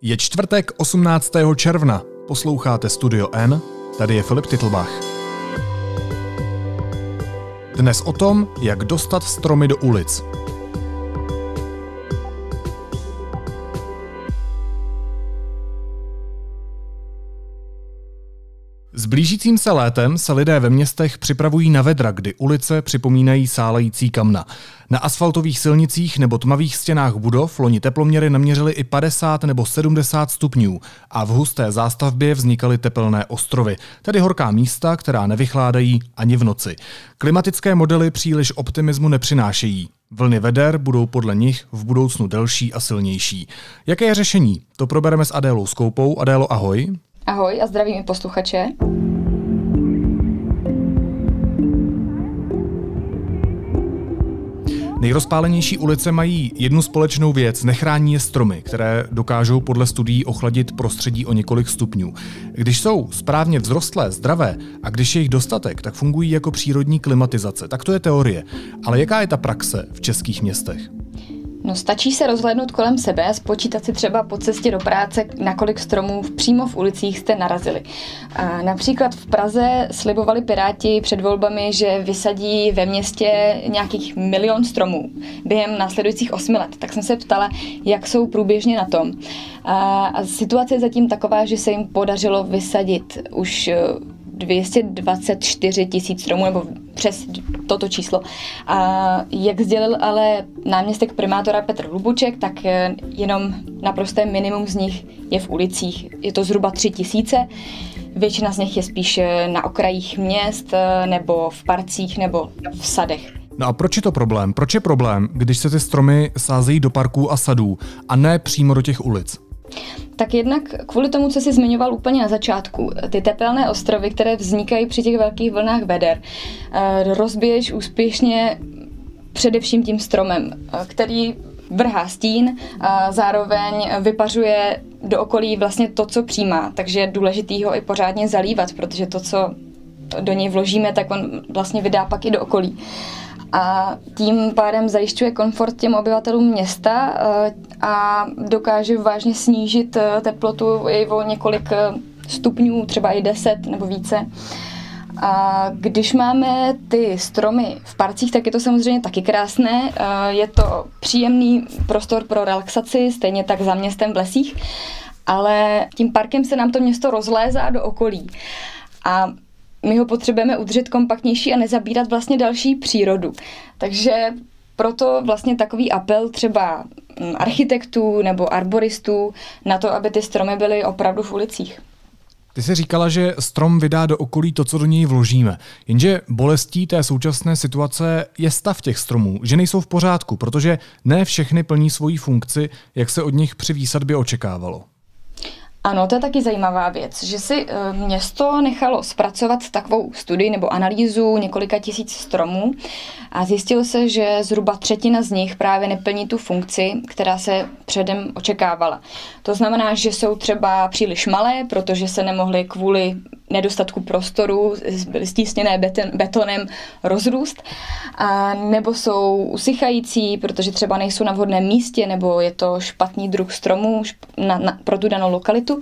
Je čtvrtek 18. června. Posloucháte Studio N, tady je Filip Titlbach. Dnes o tom, jak dostat stromy do ulic. S blížícím se létem se lidé ve městech připravují na vedra, kdy ulice připomínají sálející kamna. Na asfaltových silnicích nebo tmavých stěnách budov loni teploměry naměřily i 50 nebo 70 stupňů a v husté zástavbě vznikaly tepelné ostrovy, tedy horká místa, která nevychládají ani v noci. Klimatické modely příliš optimismu nepřinášejí. Vlny veder budou podle nich v budoucnu delší a silnější. Jaké je řešení? To probereme s Adélou Skoupou. Adélo, ahoj. Ahoj a zdravím i posluchače. Nejrozpálenější ulice mají jednu společnou věc, nechrání je stromy, které dokážou podle studií ochladit prostředí o několik stupňů. Když jsou správně vzrostlé, zdravé a když je jich dostatek, tak fungují jako přírodní klimatizace. Tak to je teorie. Ale jaká je ta praxe v českých městech? No, stačí se rozhlédnout kolem sebe a spočítat si třeba po cestě do práce, na kolik stromů přímo v ulicích jste narazili. A například v Praze slibovali Piráti před volbami, že vysadí ve městě nějakých 1 milion stromů během následujících 8 let. Tak jsem se ptala, jak jsou průběžně na tom. A situace je zatím taková, že se jim podařilo vysadit už 224 000 stromů, nebo přes toto číslo. A jak sdělil ale náměstek primátora Petr Hlubuček, tak jenom naprosté minimum z nich je v ulicích. Je to zhruba 3 000. Většina z nich je spíš na okrajích měst, nebo v parcích, nebo v sadech. No a proč je to problém? Proč je problém, když se ty stromy sázejí do parků a sadů a ne přímo do těch ulic? Tak jednak kvůli tomu, co jsi zmiňoval úplně na začátku, ty tepelné ostrovy, které vznikají při těch velkých vlnách veder, rozbiješ úspěšně především tím stromem, který vrhá stín a zároveň vypařuje do okolí vlastně to, co přijímá. Takže je důležitý ho i pořádně zalívat, protože to, co do něj vložíme, tak on vlastně vydá pak i do okolí. A tím pádem zajišťuje komfort těm obyvatelům města a dokáže vážně snížit teplotu i o několik stupňů, třeba i 10 nebo více. A když máme ty stromy v parcích, tak je to samozřejmě taky krásné. Je to příjemný prostor pro relaxaci, stejně tak za městem v lesích, ale tím parkem se nám to město rozlézá do okolí. A my ho potřebujeme udržet kompaktnější a nezabírat vlastně další přírodu. Takže proto vlastně takový apel třeba architektů nebo arboristů na to, aby ty stromy byly opravdu v ulicích. Ty jsi říkala, že strom vydá do okolí to, co do něj vložíme. Jenže bolestí té současné situace je stav těch stromů, že nejsou v pořádku, protože ne všechny plní svoji funkci, jak se od nich při výsadbě očekávalo. Ano, to je taky zajímavá věc, že si město nechalo zpracovat takovou studii nebo analýzu několika tisíc stromů a zjistilo se, že zhruba 1/3 z nich právě neplní tu funkci, která se předem očekávala. To znamená, že jsou třeba příliš malé, protože se nemohly kvůli nedostatku prostoru, byly stísněné betonem, rozrůst, a nebo jsou usychající, protože třeba nejsou na vhodném místě, nebo je to špatný druh stromů pro tu danou lokalitu.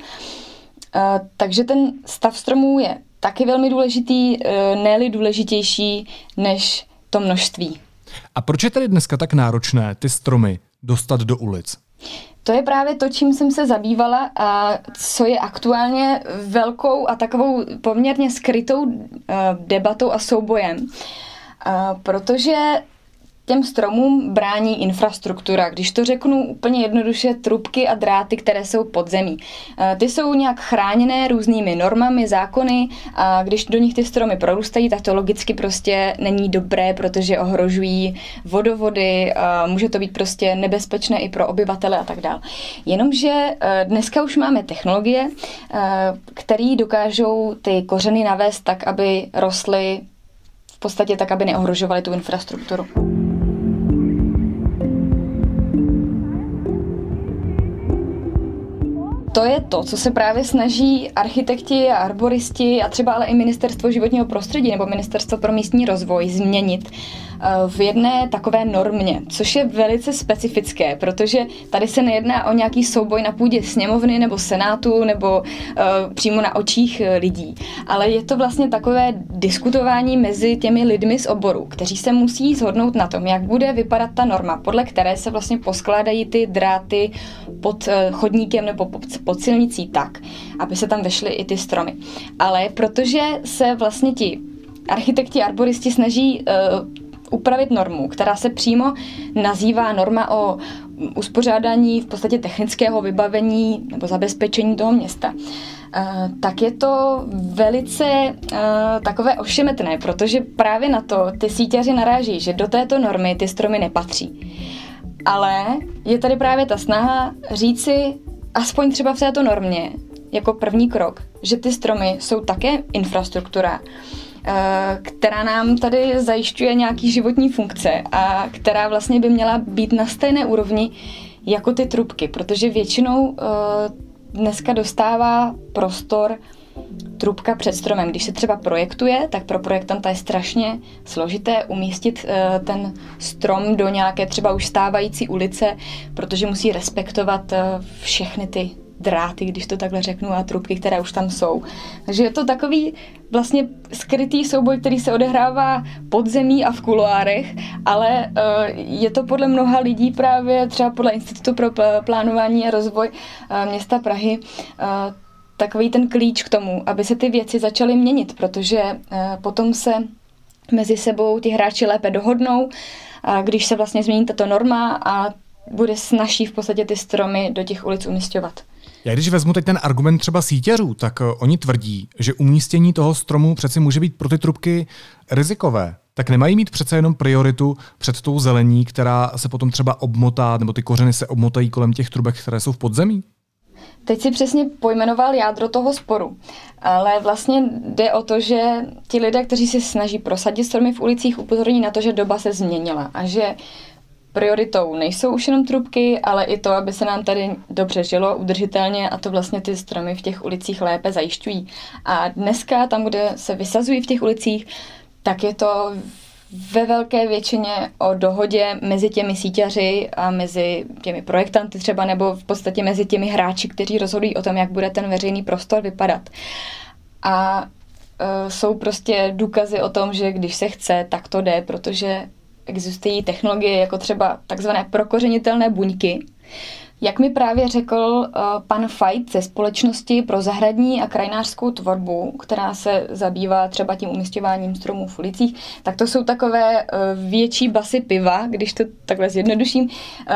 Takže ten stav stromů je taky velmi důležitý, ne-li důležitější než to množství. A proč je tedy dneska tak náročné ty stromy dostat do ulic? To je právě to, čím jsem se zabývala a co je aktuálně velkou a takovou poměrně skrytou debatou a soubojem. Protože těm stromům brání infrastruktura. Když to řeknu úplně jednoduše, trubky a dráty, které jsou pod zemí. Ty jsou nějak chráněné různými normami, zákony a když do nich ty stromy prorůstají, tak to logicky prostě není dobré, protože ohrožují vodovody, může to být prostě nebezpečné i pro obyvatele a tak dále. Jenomže dneska už máme technologie, které dokážou ty kořeny navést tak, aby rostly v podstatě tak, aby neohrožovaly tu infrastrukturu. To je to, co se právě snaží architekti a arboristi a třeba ale i Ministerstvo životního prostředí nebo Ministerstvo pro místní rozvoj změnit. v jedné takové normě, což je velice specifické, protože tady se nejedná o nějaký souboj na půdě sněmovny nebo senátu nebo přímo na očích lidí, ale je to vlastně takové diskutování mezi těmi lidmi z oboru, kteří se musí shodnout na tom, jak bude vypadat ta norma, podle které se vlastně poskládají ty dráty pod chodníkem nebo pod silnicí tak, aby se tam vešly i ty stromy. Ale protože se vlastně ti architekti, arboristi snaží upravit normu, která se přímo nazývá norma o uspořádání v podstatě technického vybavení nebo zabezpečení toho města, tak je to velice takové ošemetné, protože právě na to ty síťaři naráží, že do této normy ty stromy nepatří. Ale je tady právě ta snaha říci, aspoň třeba v této normě, jako první krok, že ty stromy jsou také infrastruktura, která nám tady zajišťuje nějaký životní funkce a která vlastně by měla být na stejné úrovni jako ty trubky, protože většinou dneska dostává prostor trubka před stromem. Když se třeba projektuje, tak pro projektanta je strašně složité umístit ten strom do nějaké třeba už stávající ulice, protože musí respektovat všechny ty dráty, když to takhle řeknu, a trubky, které už tam jsou. Takže je to takový vlastně skrytý souboj, který se odehrává pod zemí a v kuloárech, ale je to podle mnoha lidí právě třeba podle Institutu pro plánování a rozvoj města Prahy takový ten klíč k tomu, aby se ty věci začaly měnit, protože potom se mezi sebou ti hráči lépe dohodnou, když se vlastně změní tato norma a bude snazší v podstatě ty stromy do těch ulic umisťovat. Já když vezmu teď ten argument třeba síťařů, tak oni tvrdí, že umístění toho stromu přeci může být pro ty trubky rizikové. Tak nemají mít přece jenom prioritu před tou zelení, která se potom třeba obmotá, nebo ty kořeny se obmotají kolem těch trubek, které jsou v podzemí? Teď si přesně pojmenoval jádro toho sporu, ale vlastně jde o to, že ti lidé, kteří se snaží prosadit stromy v ulicích, upozorní na to, že doba se změnila a že prioritou nejsou už jenom trubky, ale i to, aby se nám tady dobře žilo, udržitelně, a to vlastně ty stromy v těch ulicích lépe zajišťují. A dneska tam, kde se vysazují v těch ulicích, tak je to ve velké většině o dohodě mezi těmi síťaři a mezi těmi projektanty třeba, nebo v podstatě mezi těmi hráči, kteří rozhodují o tom, jak bude ten veřejný prostor vypadat. A jsou prostě důkazy o tom, že když se chce, tak to jde, protože existují technologie jako třeba takzvané prokořenitelné buňky. Jak mi právě řekl pan Fajt ze Společnosti pro zahradní a krajinářskou tvorbu, která se zabývá třeba tím umisťováním stromů v ulicích, tak to jsou takové větší basy piva, když to takhle zjednoduším,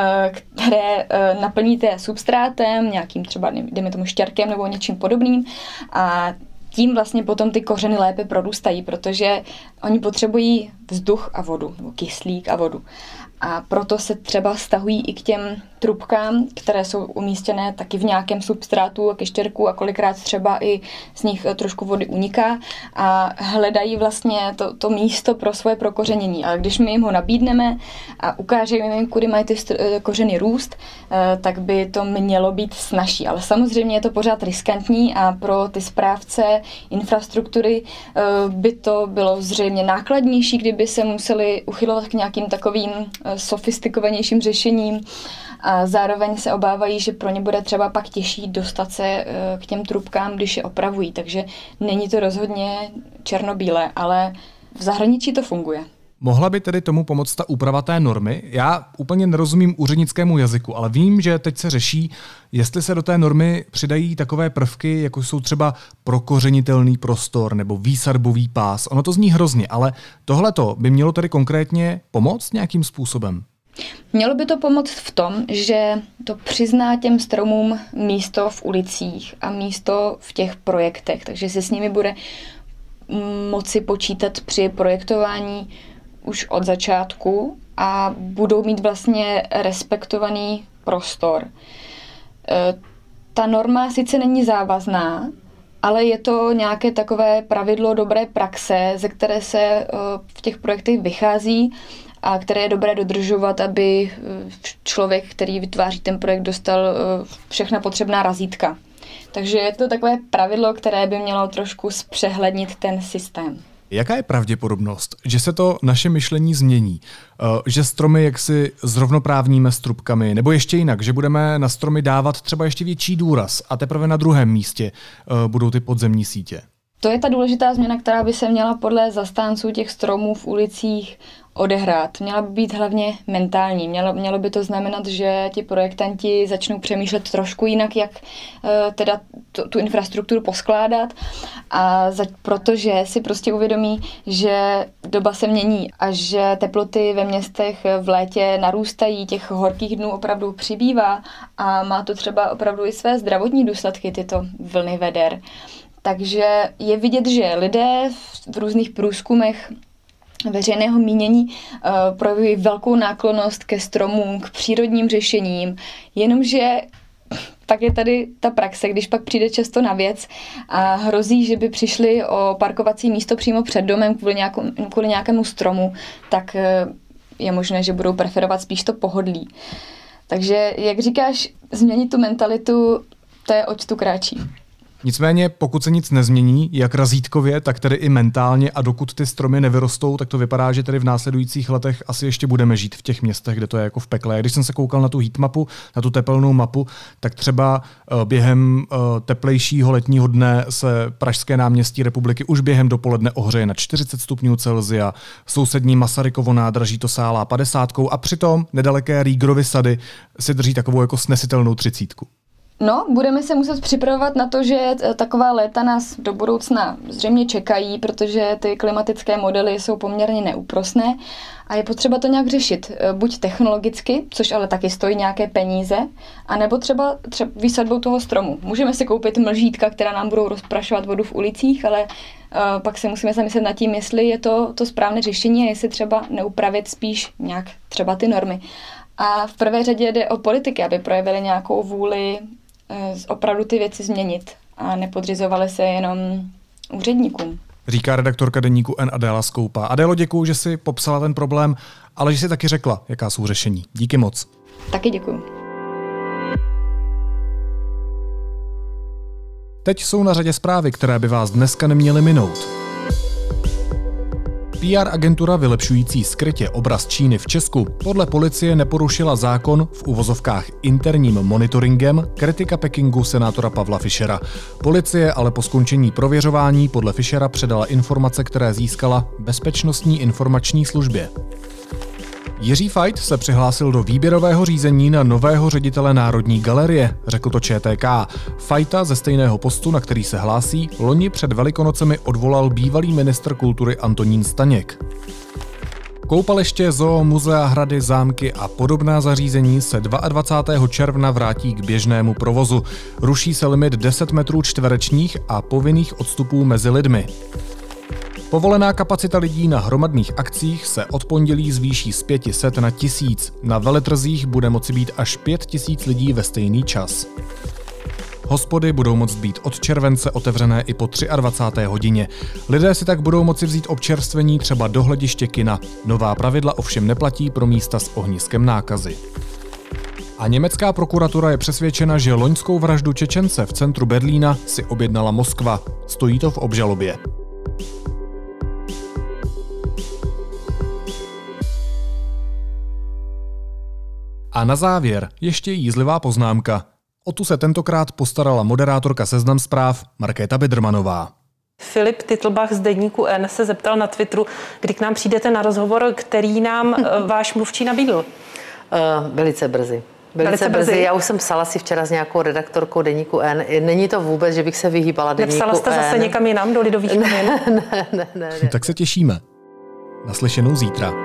které naplníte substrátem, nějakým třeba, dejme tomu štěrkem nebo něčím podobným, a tím vlastně potom ty kořeny lépe prorůstají, protože oni potřebují vzduch a vodu, nebo kyslík a vodu. A proto se třeba stahují i k těm trubkám, které jsou umístěné taky v nějakém substrátu a keštěrku a kolikrát třeba i z nich trošku vody uniká a hledají vlastně to místo pro svoje prokořenění. Ale když my jim ho nabídneme a ukážeme jim, kudy mají ty kořeny růst, tak by to mělo být snazší. Ale samozřejmě je to pořád riskantní a pro ty správce infrastruktury by to bylo zřejmě nákladnější, kdyby se museli uchylovat k nějakým takovým sofistikovanějším řešením a zároveň se obávají, že pro ně bude třeba pak těžší dostat se k těm trubkám, když je opravují. Takže není to rozhodně černobílé, ale v zahraničí to funguje. Mohla by tedy tomu pomoct ta úprava té normy? Já úplně nerozumím úřednickému jazyku, ale vím, že teď se řeší, jestli se do té normy přidají takové prvky, jako jsou třeba prokořenitelný prostor nebo výsadbový pás. Ono to zní hrozně, ale tohleto by mělo tedy konkrétně pomoct nějakým způsobem? Mělo by to pomoct v tom, že to přizná těm stromům místo v ulicích a místo v těch projektech, takže se s nimi bude moci počítat při projektování už od začátku a budou mít vlastně respektovaný prostor. Ta norma sice není závazná, ale je to nějaké takové pravidlo dobré praxe, ze které se v těch projektech vychází a které je dobré dodržovat, aby člověk, který vytváří ten projekt, dostal všechna potřebná razítka. Takže je to takové pravidlo, které by mělo trošku zpřehlednit ten systém. Jaká je pravděpodobnost, že se to naše myšlení změní? Že stromy jaksi zrovnoprávníme s trubkami? Nebo ještě jinak, že budeme na stromy dávat třeba ještě větší důraz a teprve na druhém místě budou ty podzemní sítě? To je ta důležitá změna, která by se měla podle zastánců těch stromů v ulicích odehrát. Měla by být hlavně mentální. Mělo by to znamenat, že ti projektanti začnou přemýšlet trošku jinak, jak teda tu infrastrukturu poskládat, a protože si prostě uvědomí, že doba se mění a že teploty ve městech v létě narůstají, těch horkých dnů opravdu přibývá a má to třeba opravdu i své zdravotní důsledky, tyto vlny veder. Takže je vidět, že lidé v různých průzkumech veřejného mínění projevují velkou náklonnost ke stromům, k přírodním řešením, jenomže pak je tady ta praxe, když pak přijde často na věc a hrozí, že by přišli o parkovací místo přímo před domem kvůli nějakému stromu, tak je možné, že budou preferovat spíš to pohodlí. Takže, jak říkáš, změnit tu mentalitu, to je oč tu kráčí. Nicméně, pokud se nic nezmění, jak razítkově, tak tedy i mentálně, a dokud ty stromy nevyrostou, tak to vypadá, že tedy v následujících letech asi ještě budeme žít v těch městech, kde to je jako v pekle. Když jsem se koukal na tu heatmapu, na tu tepelnou mapu, tak třeba během teplejšího letního dne se pražské náměstí Republiky už během dopoledne ohřeje na 40 stupňů Celsia, sousední Masarykovo nádraží to sálá 50 a přitom nedaleké Rýgrovy sady si drží takovou jako snesitelnou 30. No, budeme se muset připravovat na to, že taková léta nás do budoucna zřejmě čekají, protože ty klimatické modely jsou poměrně neúprosné a je potřeba to nějak řešit. Buď technologicky, což ale taky stojí nějaké peníze, anebo třeba výsadbou toho stromu. Můžeme si koupit mlžítka, která nám budou rozprašovat vodu v ulicích, ale pak se musíme zamyslet nad tím, jestli je to správné řešení a jestli třeba neupravit spíš nějak třeba ty normy. A v prvé řadě jde o politiky, aby projevili nějakou vůli opravdu ty věci změnit a nepodřizovali se jenom úředníkům. Říká redaktorka deníku N Adéla Skoupa. Adélo, děkuju, že jsi popsala ten problém, ale že jsi taky řekla, jaká jsou řešení. Díky moc. Taky děkuju. Teď jsou na řadě zprávy, které by vás dneska neměly minout. PR agentura vylepšující skrytě obraz Číny v Česku podle policie neporušila zákon v uvozovkách interním monitoringem kritika Pekingu senátora Pavla Fischera. Policie ale po skončení prověřování podle Fischera předala informace, které získala Bezpečnostní informační službě. Jiří Fajt se přihlásil do výběrového řízení na nového ředitele Národní galerie, řekl to ČTK. Fajta ze stejného postu, na který se hlásí, loni před Velikonocemi odvolal bývalý ministr kultury Antonín Staněk. Koupaliště, zoo, muzea, hrady, zámky a podobná zařízení se 22. června vrátí k běžnému provozu. Ruší se limit 10 metrů čtverečních a povinných odstupů mezi lidmi. Povolená kapacita lidí na hromadných akcích se od pondělí zvýší z 500 na 1000. Na veletrzích bude moci být až 5000 lidí ve stejný čas. Hospody budou moct být od července otevřené i po 23. hodině. Lidé si tak budou moci vzít občerstvení třeba do hlediště kina. Nová pravidla ovšem neplatí pro místa s ohniskem nákazy. A německá prokuratura je přesvědčena, že loňskou vraždu Čečence v centru Berlína si objednala Moskva. Stojí to v obžalobě. A na závěr ještě jízlivá poznámka. O tu se tentokrát postarala moderátorka Seznam zpráv Markéta Bidermanová. Filip Titlbach z deníku N se zeptal na Twitteru, kdy k nám přijdete na rozhovor, který nám váš mluvčí nabídl. Velice brzy. Velice brzy. Já už jsem psala si včera s nějakou redaktorkou deníku N. Není to vůbec, že bych se vyhýbala deníku N. Nepsala jste zase někam jinam do Lidových novin? Ne. Tak se těšíme. Naslyšenou zítra.